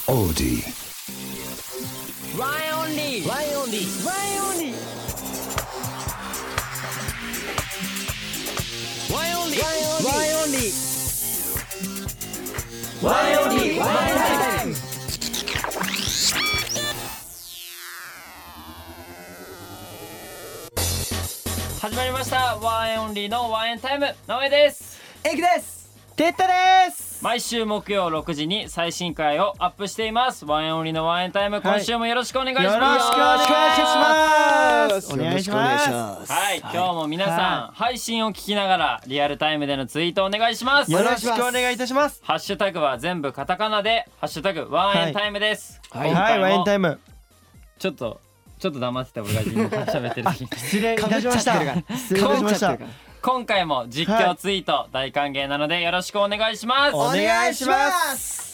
Audi. Why only? Why only? Why only? Why only? Why only? Why only? Why time? 始まりました。ワンエンオンリーのワンエンタイム、直江です。 エイクです。 テッタです。 毎週木曜6時に最新回をアップしています。ワンエンオンリーのワンエンタイム、今週もよろしくお願いします。 よろしくお願いします。お願いします。 はい、今日も皆さん、配信を聞きながらリアルタイムでのツイートお願いします。 よろしくお願いいたします。 ハッシュタグは全部カタカナでハッシュタグワンエンタイムです。 はい、ワンエンタイム。 ちょっと黙ってた俺が今喋ってる時に失礼いたしました。失礼いたしました。 今回も実況ツイート大歓迎なのでよろしくお願いします。 お願いします。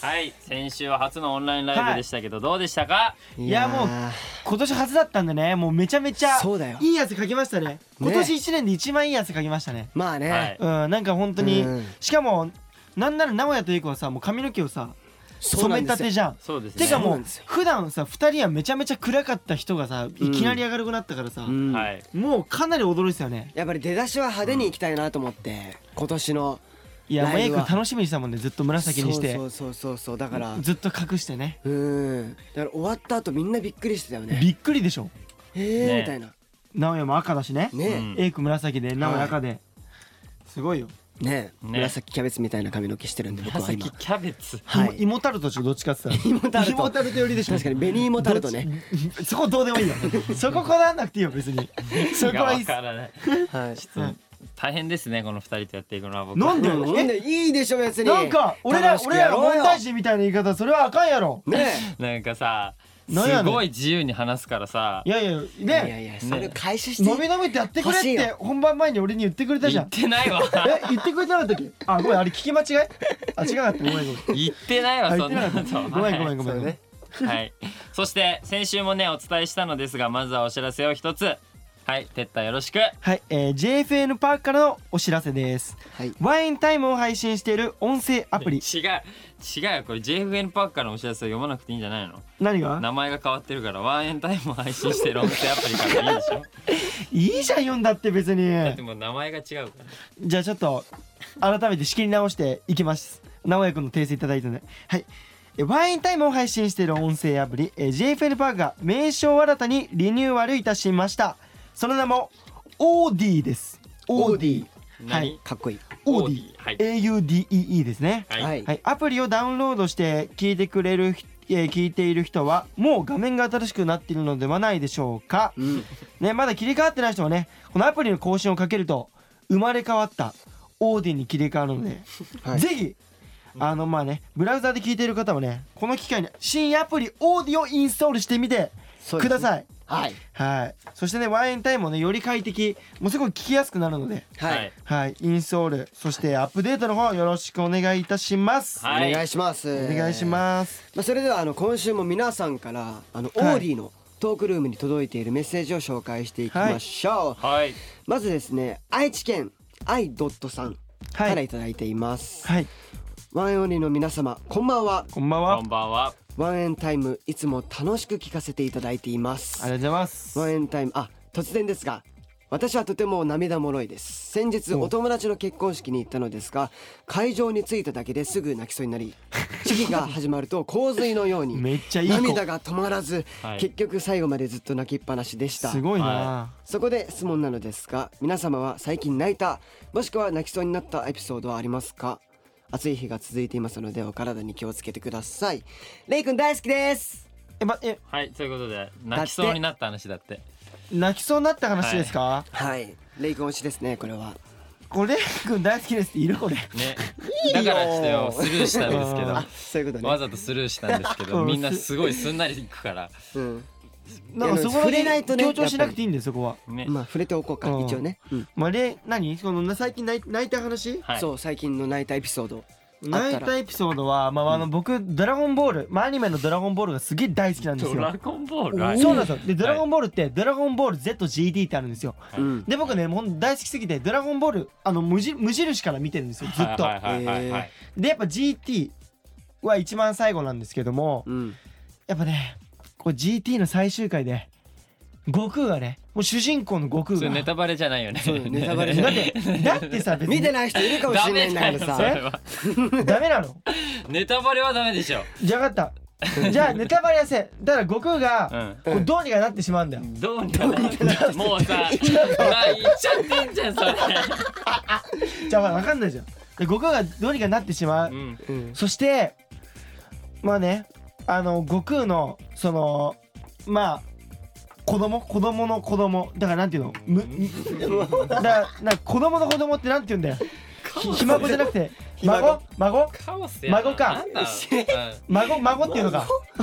はい、先週は初のオンラインライブでしたけど、どうでしたか？ いやもう今年初だったんでね、もうめちゃめちゃいいやつ書きましたね。今年1年で一番いいやつ書きましたね。 まあね、 なんか本当に、しかもなんなら直哉とゆう子はさ、もう髪の毛をさ染めたてじゃん。 そうですね。 てかもう普段さ2人はめちゃめちゃ暗かった人がさいきなり明るくなったからさ、もうかなり驚いてたよね。 やっぱり出だしは派手に行きたいなと思って、今年のいやメイク楽しみにしたもんね、ずっと紫にして。 そうだからずっと隠してね。 だから終わった後みんなびっくりしてたよね。 びっくりでしょ。 みたいな。 直哉も赤だしね。エイク紫で直哉赤で、すごいよね。紫キャベツみたいな髪の毛してるんで、僕は今紫キャベツ、 芋タルトどっちかって言ったら芋タルト寄りでしょ。 確かに紅芋タルトね。 そこどうでもいいよ。そここだわんなくていいよ別に。そこはいいっす。 大変ですね、この2人とやっていくのは。僕なんでいいでしょ別に。 なんか俺らが問題児みたいな言い方、それはあかんやろね。 なんかさ、すごい自由に話すからさ。 いやそれ回収して伸び伸びってやってくれって本番前に俺に言ってくれたじゃん。 言ってないわ。 言ってくれてなかったっけ？あ、ごめん、あれ聞き間違い？違かった、ごめん。 言ってないわ、そんなこと。 ごめんね。 はい。そして先週もねお伝えしたのですが、まずはお知らせを一つ。はい、てったよろしく。 はい、JFN パークからのお知らせです。ワインタイムを配信している音声アプリ。 違うよ、これ JFN パークからのお知らせを読まなくていいんじゃないの？ 何が？ 名前が変わってるから、ワンエンタイムを配信している音声アプリからいいでしょ。 いいじゃん、読んだって別に。 だってもう名前が違うから。 じゃあちょっと改めて仕切り直していきます。直哉くんの訂正いただいたので、はい。ワインタイムを配信している音声アプリ、JFN パークが名称を新たにリニューアルいたしました。その名もオーディです。 オーディ、 はい、 かっこいい。 オーディ、AUDEE ですね。はい。アプリをダウンロードして聞いている人はもう画面が新しくなっているのではないでしょうか。ね、まだ切り替わってない人はね、このアプリの更新をかけると生まれ変わったオーディに切り替わるので、ぜひまあね、ブラウザで聞いている方はね、この機会に新アプリオーディをインストールしてみてください。はい。そしてね、ワインタイムもね、より快適、もうすごい聞きやすくなるので、インストール、そしてアップデートの方よろしくお願いいたします。 お願いします。 お願いします。 それでは今週も皆さんからオーディのトークルームに届いているメッセージを紹介していきましょう。まずですね、愛知県i. さんからいただいています。ワンエンオンリーの皆様、こんばんは。 こんばんは。 ワンエンタイム、いつも楽しく聞かせていただいています。 ありがとうございます。 ワンエンタイム、突然ですが、私はとても涙もろいです。先日お友達の結婚式に行ったのですが、会場に着いただけですぐ泣きそうになり、式が始まると洪水のようにめっちゃいい子、 涙が止まらず、結局最後までずっと泣きっぱなしでした。 すごいな。 そこで質問なのですが、皆様は最近泣いた、もしくは泣きそうになったエピソードはありますか？暑い日が続いていますのでお体に気をつけてください。レイ君大好きです。 はい、ということで泣きそうになった話だって。 泣きそうになった話ですか？ はい、レイ君推しですね、これは。 これレイ君大好きですっているこれ。ね。 だからちょっとスルーしたんですけど。 そういうことね。 わざとスルーしたんですけど、みんなすごいすんなりいくから。 なんかそこ触れないとね、強調しなくていいんだよそこは。 まあ触れておこうか一応ね。 まあ何その最近泣いた話？ そう、最近の泣いたエピソード。 泣いたエピソードは僕ドラゴンボール、アニメのドラゴンボールがすげえ大好きなんですよ。 ドラゴンボール。 そうなんですよ。でドラゴンボールってドラゴンボール ZGD ってあるんですよ。で僕ねもう大好きすぎてドラゴンボール無印から見てるんですよずっと。でやっぱ GT は一番最後なんですけども、やっぱねこう GT の最終回で悟空がね、もう主人公の悟空が、 それネタバレじゃないよね。 ネタバレじゃない。 だってさ、別に見てない人いるかもしれないんだけどさ。 ダメなの？ ネタバレはダメでしょ。 じゃあ分かった。じゃあネタバレやせ。だから悟空がどうにかなってしまうんだよ。 どうにかなってもうさ、言っちゃってんじゃんそれ。 じゃあ分かんないじゃん。悟空がどうにかなってしまう。そしてまあね、悟空のそのまあ子供の子供だからなんていうの、だから子供の子供ってなんて言うんだよ。ひ孫じゃなくて孫カオスや孫か孫っていうのか。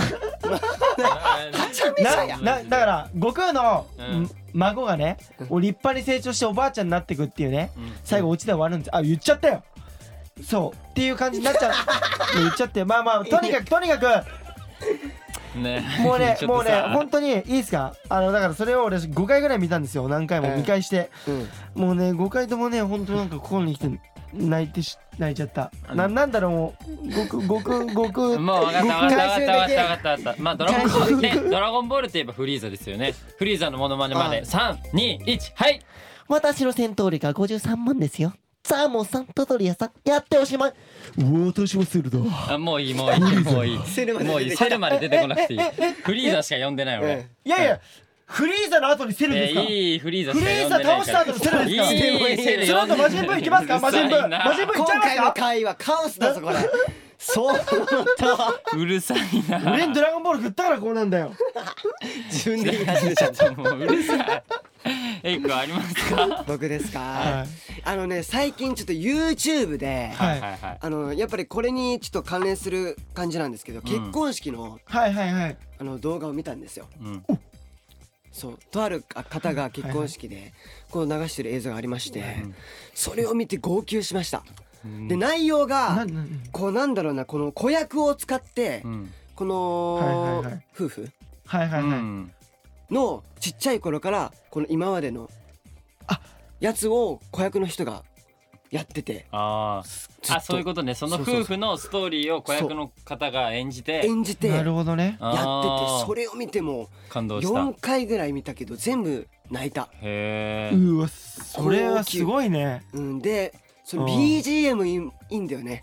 だから悟空の孫がね、立派に成長しておばあちゃんになってくっていうね、最後オチで終わるんです。あ、言っちゃったよ。そうっていう感じになっちゃう。言っちゃって、まあとにかくね、 もうね本当にいいですか。だからそれを俺5回ぐらい見たんですよ。何回も見返して、もうね5回ともね本当なんか心に来て泣いちゃった。なんだろう、もう悟空もう分かったまあドラゴンボールって言えばフリーザですよね。フリーザのモノマネまで3、2、1、はい。 私の戦闘力は53万ですよ。サーモンさん、トトリアさん、やっておしまい。 私もセルだ。 もういいセルまで出てこなくていい。フリーザしか呼んでない俺。 いやフリーザの後にセルですか。 いいフリーザしか呼んでない。 フリーザ倒した後のセルですか。 いいその後マジンブいきますか。マジンブいっちゃいますか。 今回の回はカオスだぞこれ。そううるさいな。 俺にドラゴンボール振ったからこうなんだよ。 自分で言い始めちゃった。 もううるさい。エイクありますか？ 僕ですか？最近ちょっと YouTube でやっぱりこれにちょっと関連する感じなんですけど、結婚式の動画を見たんですよ。そうとある方が結婚式でこう流してる映像がありまして、それを見て号泣しました。で内容がこうなんだろうな、この子役を使ってこの夫婦のちっちゃい頃からこの今までのやつを子役の人がやってて、 そういうことね。その夫婦のストーリーを子役の方が演じてなるほどねやってて、それを見ても感動した。 4回ぐらい見たけど全部泣いた。 へー、うわそれはすごいね。 でその BGM いいんだよね。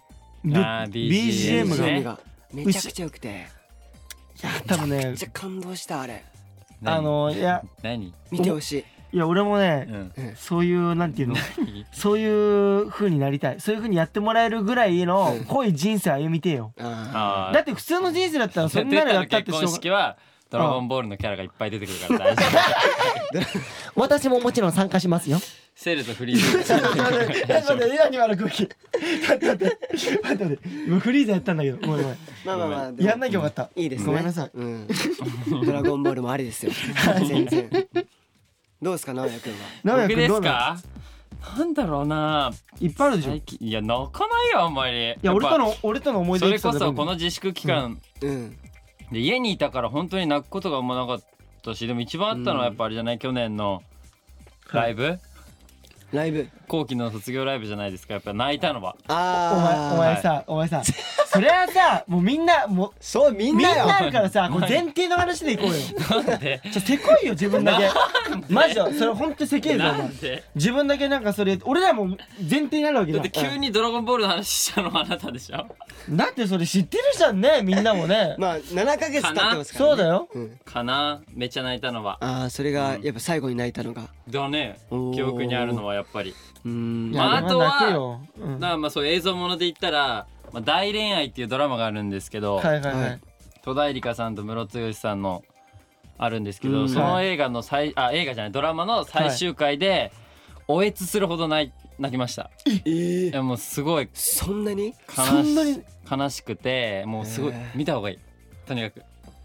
BGM がめちゃくちゃ良くて、 多分ねめちゃ感動したあれ。 いや見てほしい。 いや俺もね、そういうなんていうの、そういう風になりたい。そういう風にやってもらえるぐらいの濃い人生歩みてよ。だって普通の人生だったらそんなのやったって結婚式はドラゴンボールのキャラがいっぱい出てくるから大丈夫。 私ももちろん参加しますよ。 セルとフリーザ。 待って今の空気。待って今フリーザやったんだけど、ごめん。 まあやんなきゃよかった。 いいですね。 ごめんなさい。 ドラゴンボールもありですよ。全然。どうですか直哉君は。僕ですか？なんだろうな。 いっぱいあるでしょ。 いや泣かないよあんまり。いや俺との思い出。 それこそこの自粛期間で家にいたから本当に泣くことがあんまなかったし、でも一番あったのはやっぱあれじゃない、去年のライブ後期の卒業ライブじゃないですか。やっぱ泣いたのは。 お前さそれはさ、もうみんなそうみんなあるからさ、これ前提の話でいこうよ。 なんでせこいよ自分だけ。マジでそれほんとせけえぞお前。自分だけなんかそれ俺らも前提になるわけだ。 だって急にドラゴンボールの話したのはあなたでしょ。 だってそれ知ってるじゃんね、みんなもね。 まあ7ヶ月経ってますから。 そうだよ。 かな、めっちゃ泣いたのは。 それがやっぱ最後に泣いたのがだね。記憶にあるのはやっぱり。 あとはまあそういう映像もので言ったら大恋愛っていうドラマがあるんですけど、戸田恵梨香さんとムロツヨシさんのあるんですけど、その映画のドラマの最終回でおえつするほど泣きました。いやもうすごいそんなに悲しくて、もうすごい見た方がいい、とにかく。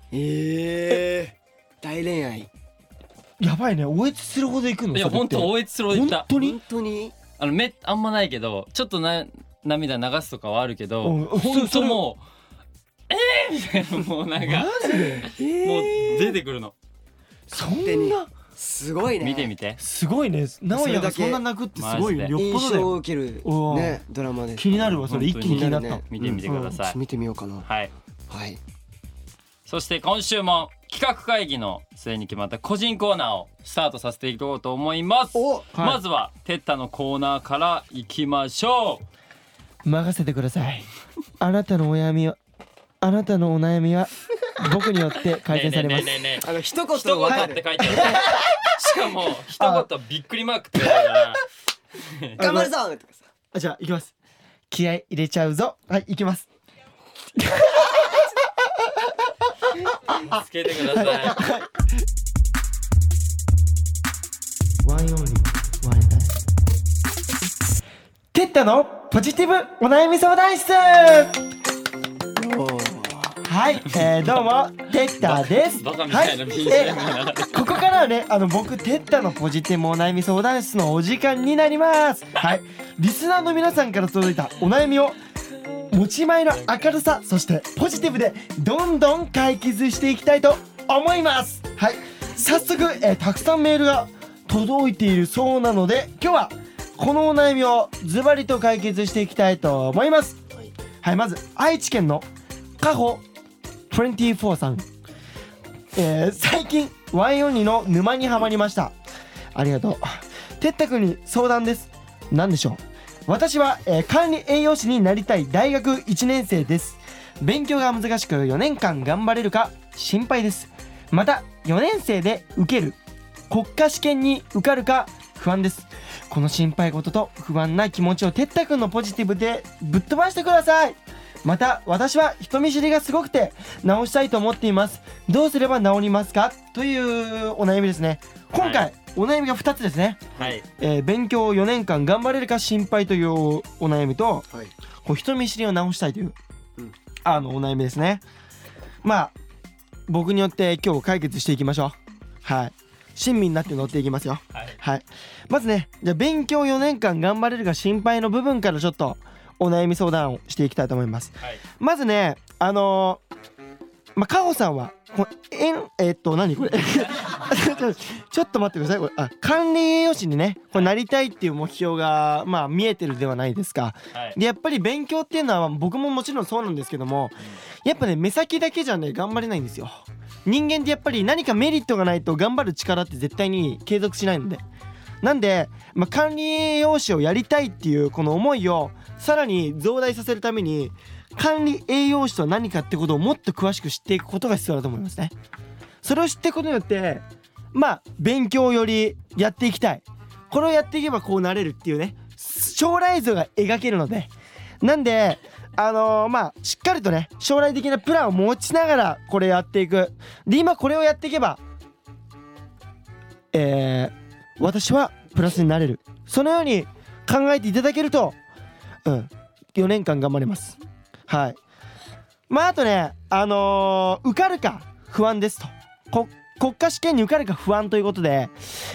大恋愛やばいね。おえつするほどいくの？ いや本当おえつするほどいった。 本当に目あんまないけどちょっと涙流すとかはあるけど、本当もうみたいな、もうなんかもう出てくるの。 そんなすごいね。 見てみて。 すごいね。直哉がそんな泣くってすごいよ。よっぽ印どだよ。 象を受けるねドラマで。 気になるわそれ。一気に気になった。 見てみてください。 見てみようかな。 はいはい。 そして今週も企画会議の末に決まった個人コーナーをスタートさせていこうと思います。まずはテッタのコーナーからいきましょう。任せてください。あなたのお悩みは僕によって改善されます。 一言って書いてある。しかも一言びっくりマークって言われたから頑張るぞ。 じゃあ行きます。気合い入れちゃうぞ。はい、行きます。 つけてください。 ワンオンリーワンタイム。テッタのポジティブお悩み相談室。はい、どうもテッタです。 バカみたいなここからはね僕テッタのポジティブお悩み相談室のお時間になります。はい、リスナーの皆さんから届いたお悩みを持ち前の明るさそしてポジティブでどんどん解決していきたいと思います。はい、早速、たくさんメールが届いているそうなので今日はこのお悩みをズバリと解決していきたいと思います。はい、まず愛知県のカホ24さん、最近ワインオンリーの沼にはまりました。ありがとう。てったくんに相談です。何でしょう。私は、管理栄養士になりたい大学1年生です。勉強が難しく4年間頑張れるか心配です。また4年生で受ける国家試験に受かるか不安です。この心配事と不安な気持ちをてったくんのポジティブでぶっ飛ばしてください。また私は人見知りがすごくて直したいと思っています。どうすれば治りますかというお悩みですね。今回、お悩みが2つですね。 はい、 勉強を4年間頑張れるか心配というお悩みと、こう人見知りを直したいという、お悩みですね。まあ僕によって今日解決していきましょう。はい、親身になって乗っていきますよ。はい、まずね、じゃあ勉強4年間頑張れるか心配の部分からちょっとお悩み相談をしていきたいと思います。まずね、カホさんは何これちょっと待ってください。これ管理栄養士にねこれなりたいっていう目標が見えてるではないですか。でやっぱり勉強っていうのは僕ももちろんそうなんですけども、やっぱね目先だけじゃね頑張れないんですよ。人間ってやっぱり何かメリットがないと頑張る力って絶対に継続しないので、なんで、管理栄養士をやりたいっていうこの思いをさらに増大させるために管理栄養士とは何かってことをもっと詳しく知っていくことが必要だと思いますね。それを知っていくことによって勉強をよりやっていきたい、これをやっていけばこうなれるっていうね将来像が描けるので、なんでしっかりとね将来的なプランを持ちながらこれやっていく。で今これをやっていけば私はプラスになれる、そのように考えていただけると4年間頑張れます。はい、あとね受かるか不安ですと、国家試験に受かるか不安ということで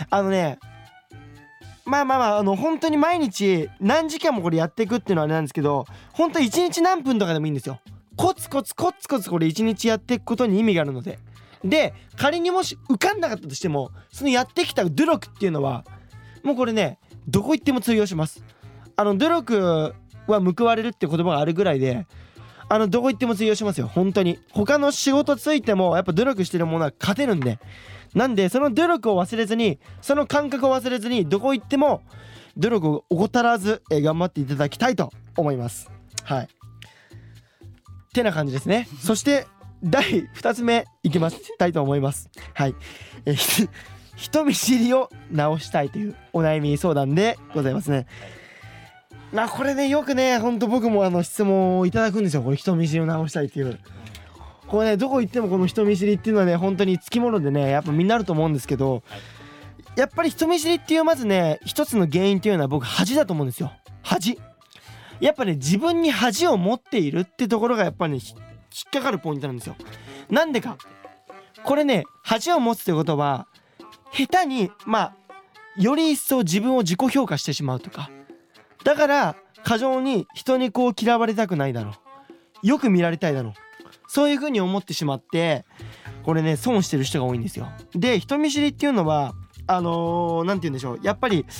本当に毎日何時間もこれやっていくっていうのはあれなんですけど、本当1日何分とかでもいいんですよ。コツコツこれ1日やっていくことに意味があるので、仮にもし受かんなかったとしてもそのやってきた努力っていうのはもうこれねどこ行っても通用します。努力は報われるって言葉があるぐらいでどこ行っても通用しますよ。本当に他の仕事ついてもやっぱ努力してるものは勝てるんで、なんでその努力を忘れずにその感覚を忘れずにどこ行っても努力を怠らず頑張っていただきたいと思います。はい、てな感じですね。そして第2つ目いきたいと思います。はい、人見知りを直したいというお悩み相談でございますね。これねよくね本当僕も質問をいただくんですよ。これ人見知りを直したいっていう、これねどこ行ってもこの人見知りっていうのはね本当につきものでねやっぱみんなあると思うんですけど、やっぱり人見知りっていうまずね一つの原因っていうのは僕恥だと思うんですよ。恥、やっぱね自分に恥を持っているってところがやっぱりね引っかかるポイントなんですよ。なんでか、これね恥を持つってことは下手により一層自分を自己評価してしまうとか、だから過剰に人にこう嫌われたくないだろう、よく見られたいだろう、そういう風に思ってしまってこれね損してる人が多いんですよ。で人見知りっていうのはなんて言うんでしょう、やっぱり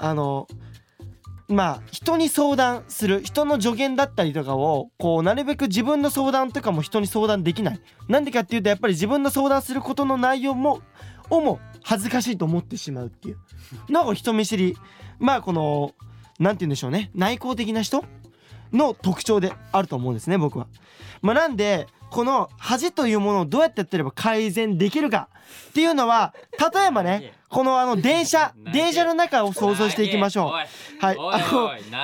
まあ人に相談する、人の助言だったりとかをこうなるべく自分の相談とかも人に相談できない。なんでかっていうとやっぱり自分の相談することの内容も恥ずかしいと思ってしまうっていうのが人見知り、まあこのなんて言うんでしょうね、内向的な人の特徴であると思うんですね、僕は。まあなんでこの恥というものをどうやってやってれば改善できるかっていうのは、例えばね、この電車の中を想像していきましょう。はい、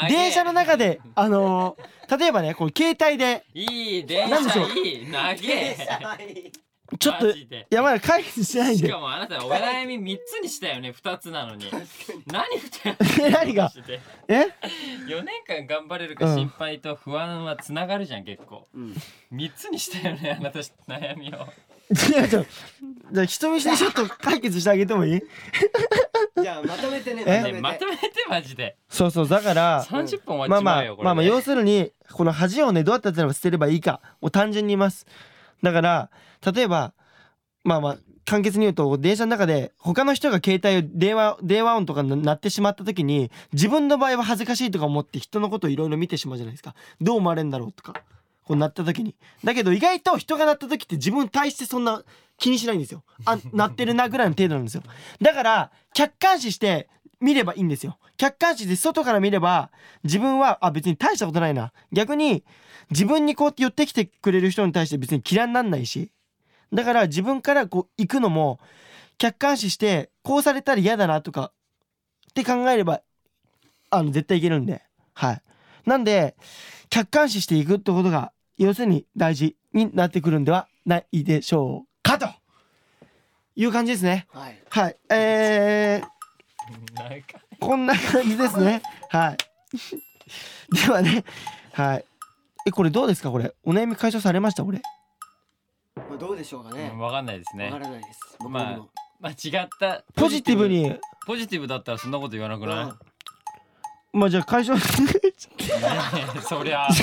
電車の中で例えばね、こう携帯でいい電車いい投げちょっといやまだ解決してないんで。 しかもあなたお悩み3つにしたよね、2つなのに。 何が4 年間頑張れるか心配と不安はつながるじゃん結構。3つにしたよね、あなた悩みを。 じゃあ人見知りちょっと解決してあげてもいい？ じゃあまとめてね、 まとめてマジで。 そうだから 30分終わっちまうよこれ。 まあ要するにこの恥をねどうやってやったら捨てればいいかを単純に言います。だから例えばまあ簡潔に言うと、電車の中で他の人が携帯を電話音とか鳴ってしまった時に、自分の場合は恥ずかしいとか思って人のことをいろいろ見てしまうじゃないですか。どう思われるんだろうとか、こう鳴った時に。だけど意外と人が鳴った時って自分に対してそんな気にしないんですよ。鳴ってるなぐらいの程度なんですよ。だから客観視して見ればいいんですよ。客観視で外から見れば自分は別に大したことないな。逆に自分にこうやって寄ってきてくれる人に対して別に嫌いになんないし、だから自分からこう行くのも客観視して、こうされたら嫌だなとかって考えれば絶対いけるんで、はい。なんで客観視していくってことが要するに大事になってくるんではないでしょうかという感じですね。はい、はい、こんな感じですね。はいではね、はい。これどうですか、これお悩み解消されました？これどうでしょうかね。 わかんないですね。 わからないです。 まあ違ったポジティブにポジティブだったらそんなこと言わなくない？ まあじゃあ解消そりゃ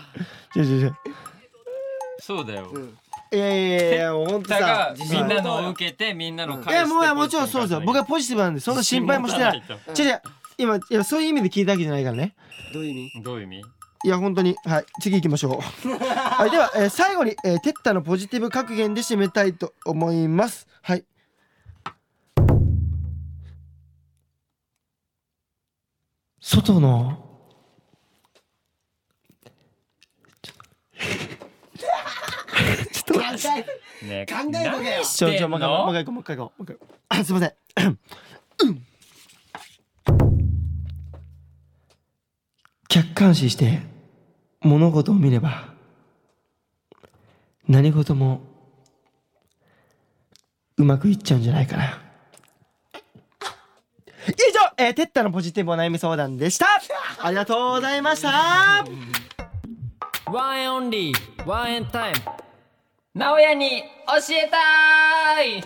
そうだよ。 いや本当さ、 みんなのを受けてみんなの返して。 いやもちろんそうですよ。僕はポジティブなんでそんな心配もしてない。今そういう意味で聞いたわけじゃないからね。 どういう意味？ いや本当に、はい、次行きましょうはい、では、最後に、テッタのポジティブ格言で締めたいと思います。はい。外のちょっと考えとけよ。 もう一回行こう。すいません客観視して物事を見れば何事もうまくいっちゃうんじゃないかな。以上、テッタのポジティブお悩み相談でした。ありがとうございました。 ワンエンオンリーワンエンタイム、直哉に教えたい。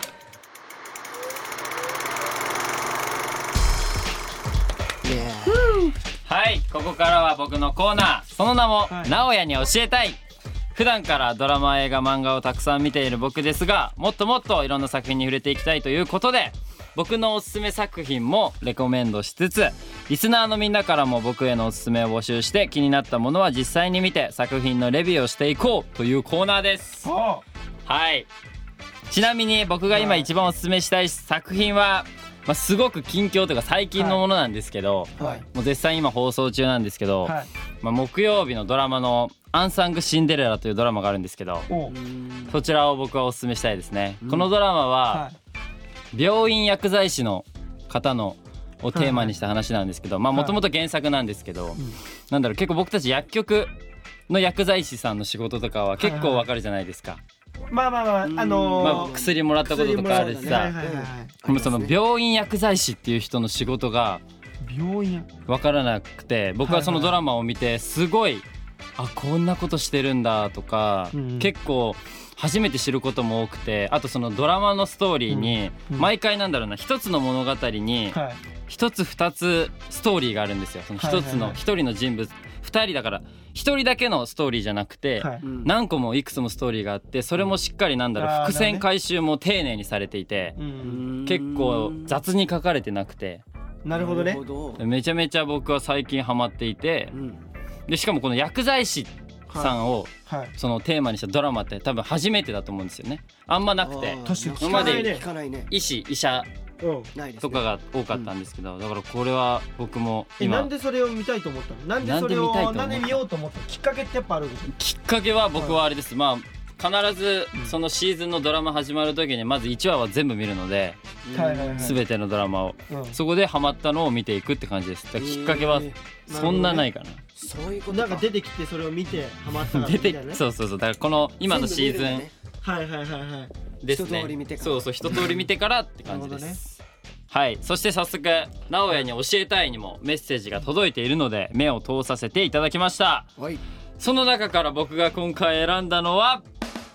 はい、ここからは僕のコーナー、その名も、直哉に教えたい。普段からドラマ、映画、漫画をたくさん見ている僕ですが、もっともっといろんな作品に触れていきたいということで、僕のおすすめ作品もレコメンドしつつ、リスナーのみんなからも僕へのおすすめを募集して、気になったものは実際に見て作品のレビューをしていこうというコーナーです。はい。ちなみに僕が今一番おすすめしたい作品は、すごく近況というか最近のものなんですけど、もう絶賛今放送中なんですけど、木曜日のドラマのアンサングシンデレラというドラマがあるんですけど、そちらを僕はおすすめしたいですね。このドラマは病院薬剤師の方のをテーマにした話なんですけど、もともと原作なんですけど、なんだろう、結構僕たち薬局の薬剤師さんの仕事とかは結構わかるじゃないですか。薬もらったこととかあるしさ、その病院薬剤師っていう人の仕事が分からなくて、僕はそのドラマを見てすごいあこんなことしてるんだとか、結構初めて知ることも多くて、あとそのドラマのストーリーに毎回なんだろうな、一つの物語に一つ二つストーリーがあるんですよ。その一つの一人の人物、2人だから1人だけのストーリーじゃなくて、何個もいくつもストーリーがあって、それもしっかりなんだろう、伏線回収も丁寧にされていて、結構雑に書かれてなくて、 なるほどね、 めちゃめちゃ僕は最近ハマっていて、でしかもこの薬剤師さんをそのテーマにしたドラマって多分初めてだと思うんですよね。あんまなくて、今まで医者とかが多かったんですけど、だからこれは僕も今なんでそれを見たいと思ったの？なんでそれをなんで見ようと思ったの？きっかけってやっぱあるんですよ。 きっかけは僕はあれです、まあ必ずそのシーズンのドラマ始まる時にまず1話は全部見るので、全てのドラマを、そこでハマったのを見ていくって感じです。だからきっかけはそんなないかな。 そういうことなんか出てきてそれを見てハマったからみたいなね。 そうだからこの今のシーズンですね。そう一通り見てからって感じです。はい、そして早速直哉に教えたいにもメッセージが届いているので目を通させていただきました。その中から僕が今回選んだのは、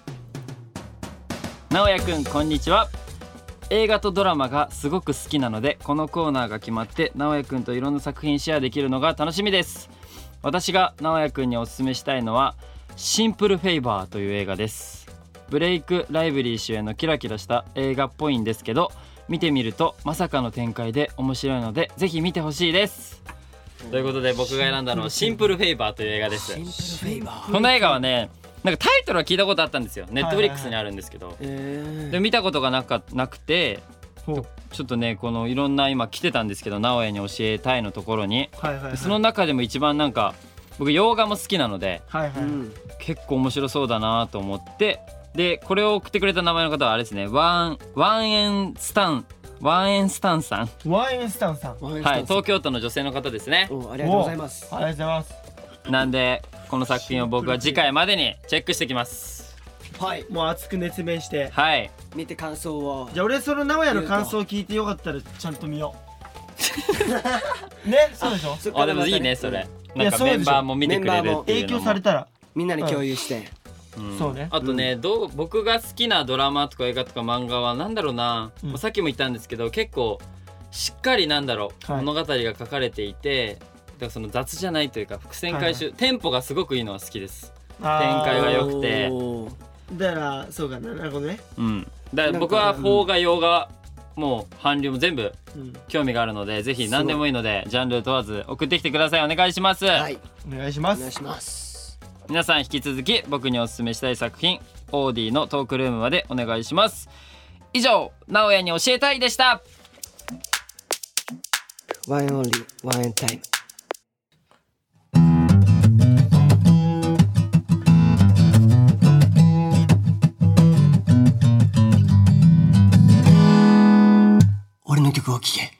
直哉くんこんにちは。映画とドラマがすごく好きなので、このコーナーが決まって直哉くんといろんな作品シェアできるのが楽しみです。私が直哉くんにおすすめしたいのはシンプルフェイバーという映画です。ブレイク・ライブリー主演のキラキラした映画っぽいんですけど、見てみるとまさかの展開で面白いのでぜひ見てほしいです。ということで僕が選んだのはシンプルフェイバーという映画です。この映画はね、なんかタイトルは聞いたことあったんですよ。ネットフリックスにあるんですけど、で見たことがなくて、ちょっとねこのいろんな今来てたんですけど、直哉に教えたいのところに、その中でも一番なんか僕洋画も好きなので、結構面白そうだなと思って、でこれを送ってくれた名前の方はあれですね、ワンエンスタンさん。はい、東京都の女性の方ですね。 ありがとうございます。 ありがとうございます。 なんでこの作品を僕は次回までにチェックしてきます。 はい、もう熱く熱弁して、 はい、 見て感想を。 じゃあ俺その直哉の感想を聞いてよかったらちゃんと見ようね。そうでしょ。 あでもいいねそれ。なんかメンバーも見てくれるっていうのも影響されたらみんなに共有して、 そうね。 あとね、僕が好きなドラマとか映画とか漫画はなんだろうな、さっきも言ったんですけど結構しっかりなんだろう、物語が書かれていて、だからその雑じゃないというか伏線回収、テンポがすごくいいのは好きです。展開が良くて、 だからそうかな、なるほどね。 だから僕は邦画洋画もう韓流も全部興味があるので、ぜひ何でもいいのでジャンル問わず送ってきてください。お願いします。 はい、 お願いします。 お願いします。 皆さん引き続き僕におすすめしたい作品オーディのトークルームまでお願いします。以上、直哉に教えたいでした。 ワンオンリーワンエンタイム。俺の曲を聴け。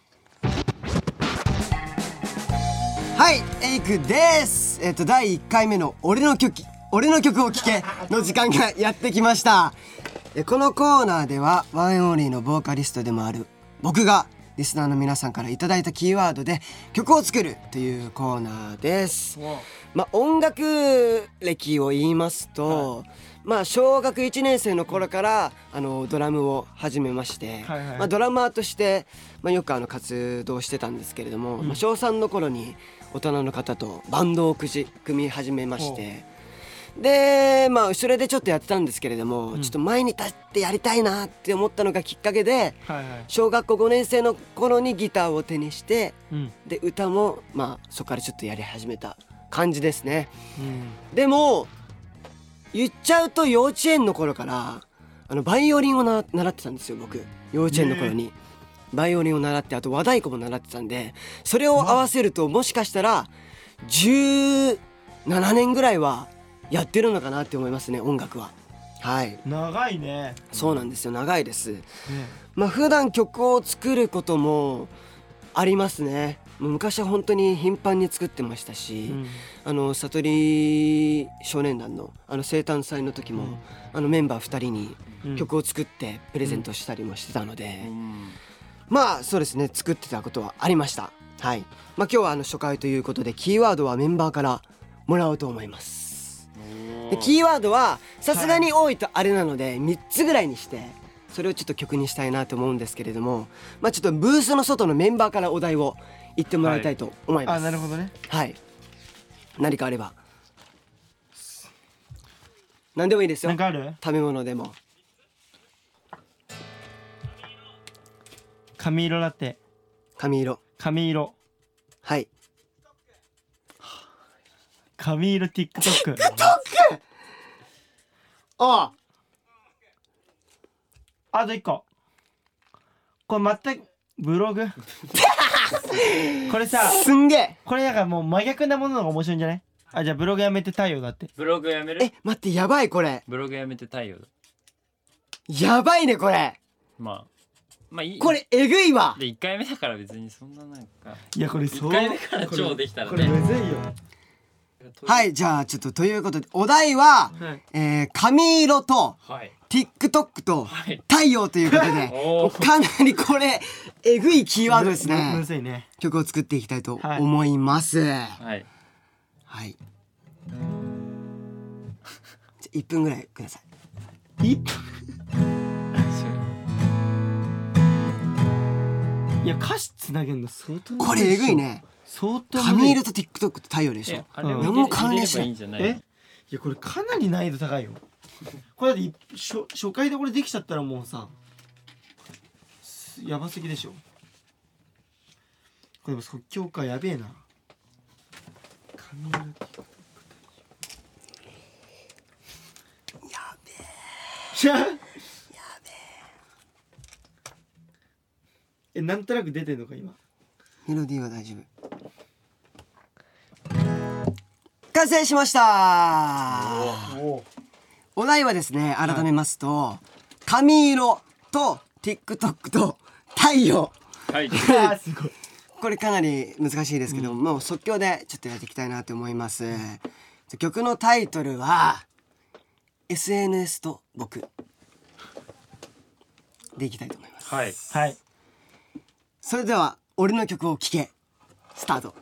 はい、エイクです。第1回目の俺の曲を聴けの時間がやってきました。このコーナーではワンオンリーのボーカリストでもある僕がリスナーの皆さんからいただいたキーワードで曲を作るというコーナーです。音楽歴を言いますと、小学1年生の頃からドラムを始めまして、ドラマーとして、よく活動してたんですけれども、小3の頃に大人の方とバンドを組み始めまして、で後ろでちょっとやってたんですけれども、ちょっと前に立ってやりたいなって思ったのがきっかけで、小学校5年生の頃にギターを手にして、で歌もそこからちょっとやり始めた感じですね。でも言っちゃうと幼稚園の頃からバイオリンを習ってたんですよ。僕幼稚園の頃にバイオリンを習って、あと和太鼓も習ってたんで、それを合わせるともしかしたら17年ぐらいはやってるのかなって思いますね、音楽は。はい、 長いね。 そうなんですよ、長いです。普段曲を作ることもありますね。昔は本当に頻繁に作ってましたし、悟り少年団の生誕祭の時も、メンバー2人に曲を作ってプレゼントしたりもしてたので、そうですね、作ってたことはありました。はい、今日は初回ということでキーワードはメンバーからもらおうと思います。 でキーワードはさすがに多いとあれなので3つぐらいにしてそれをちょっと曲にしたいなと思うんですけれども、まあちょっとブースの外のメンバーからお題を言ってもらいたいと思います。 あ、なるほどね。 はい、何かあれば何でもいいですよ。 なんかある？ 食べ物でも。 髪色ラテ。 髪色。 髪色。 はい。 髪色 TikTok。 あと1個。これ全くブログ。これさ、 すんげえ。 これなんかもう真逆なものの方が面白いんじゃない？あ、じゃあブログやめて太陽だって。 ブログやめる？ 待って、やばいこれ。 ブログやめて太陽だ。 やばいねこれ。 まあいい。 これえぐいわ。 で1回目だから別にそんななんか。 いやこれそう。 1回目から超できたらね。 これむずいよ。 はい、じゃあちょっとということでお題は、髪色と、TikTok と太陽ということで、かなりこれえぐいキーワードですね。 むずいね。 曲を作っていきたいと思います。 はい。 はい。1分ぐらいください。 1分。いや歌詞つなげるの相当。 これえぐいね。 相当。 髪色と TikTok と太陽でしょ。何も関連しない。 いやこれかなり難易度高いよ。これだって初回でこれできちゃったらもうさやばすぎでしょ。これでも即興かやべえな。髪色 TikTok やべえ。 やべえ。なんとなく出てんのか今。 メロディーは大丈夫。完成しました。お題はですね、改めますと、髪色と TikTok と太陽。 はい。 すごい。 これかなり難しいですけど、もう即興でちょっとやっていきたいなと思います。曲のタイトルは SNS と僕でいきたいと思います。 はい。 はい。 それでは俺の曲を聴けスタート。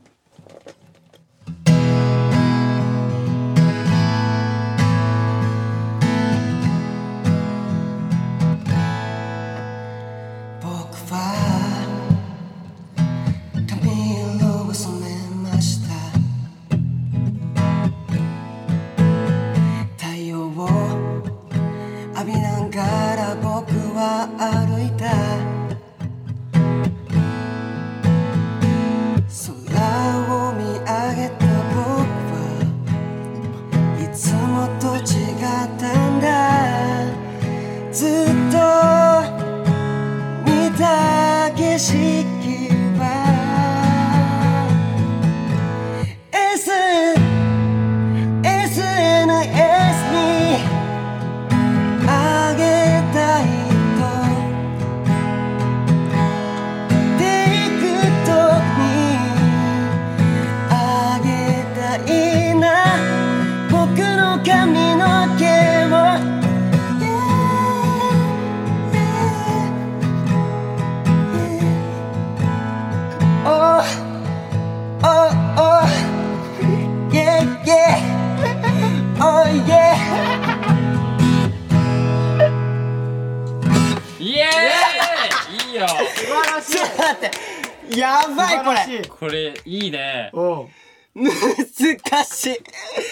やばいこれ。 これいいね。 難しい。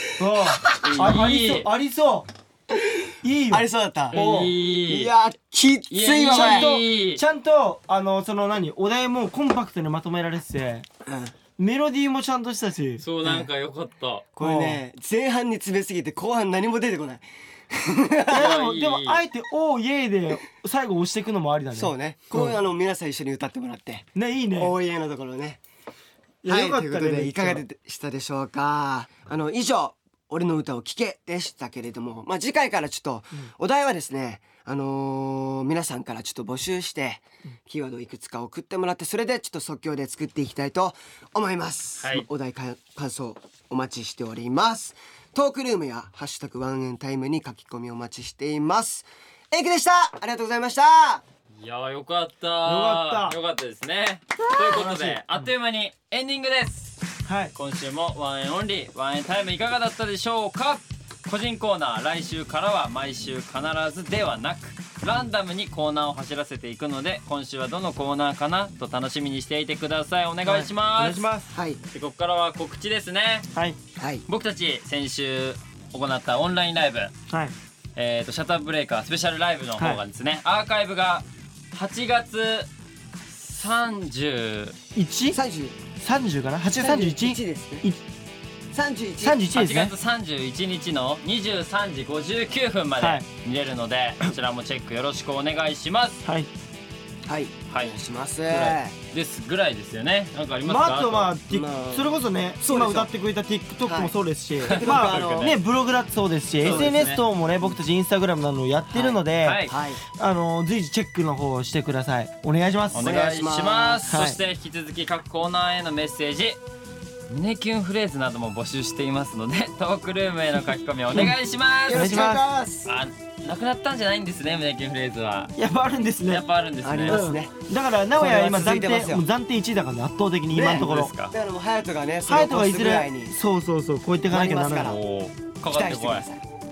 ありそういいよ。 ありそうだった。 いやきついわ。 ちゃんとそのお題もコンパクトにまとめられてて、メロディーもちゃんとしたし。 そうなんかよかった。 これね前半に詰めすぎて後半何も出てこない。 でもあえてオーイエーで最後押していくのもありだね。 そうね。こう皆さん一緒に歌ってもらってね。いいね。 オーイエーのところね。 はい、ということでいかがでしたでしょうか。以上俺の歌を聴けでしたけれども、次回からちょっとお題はですね、皆さんからちょっと募集してキーワードをいくつか送ってもらって、それでちょっと即興で作っていきたいと思います。お題感想お待ちしております。トークルームやハッシュタグワンエンタイムに書き込みお待ちしています。エイクでした。ありがとうございました。 いやよかった。よかったですね。ということであっという間にエンディングです。 はい、今週もワンエンオンリーワンエンタイムいかがだったでしょうか。個人コーナー来週からは毎週必ずではなくランダムにコーナーを走らせていくので、今週はどのコーナーかなと楽しみにしていてください。お願いします。お願いします。はい、でここからは告知ですね。はい、僕たち先週行ったオンラインライブ、はい、シャッターブレイカースペシャルライブの方がですね、アーカイブが8月30かな、8月31 ですね。 8月31日の23時59分まで見れるので、こちらもチェックよろしくお願いします。はいはい、お願いします。 ぐらいですよね。なんかありますか？ あとそれこそね、今歌ってくれた TikTok もそうですし、まあねブログだってそうですし、SNS 等もね僕たちインスタグラムなどをやってるので、随時チェックの方をしてください。お願いします。 お願いします。そして引き続き各コーナーへのメッセージ、胸キュンフレーズなども募集していますので、トークルームへの書き込みお願いします。 よろしくお願いします。 なくなったんじゃないんですね、胸キュンフレーズは。 やっぱあるんですね。 やっぱあるんですね。 ありますね。 だから名古屋今暫定1位だからね、圧倒的に今のところ。 だからもう隼人がね、 隼人がいずれそうこうやっていかなきゃならない。 かかってこい。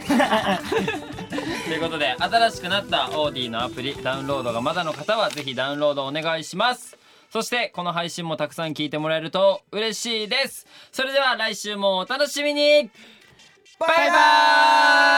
ということで、新しくなったオーディのアプリダウンロードがまだの方はぜひダウンロードお願いします。そしてこの配信もたくさん聞いてもらえると嬉しいです。それでは来週もお楽しみに。バイバーイ。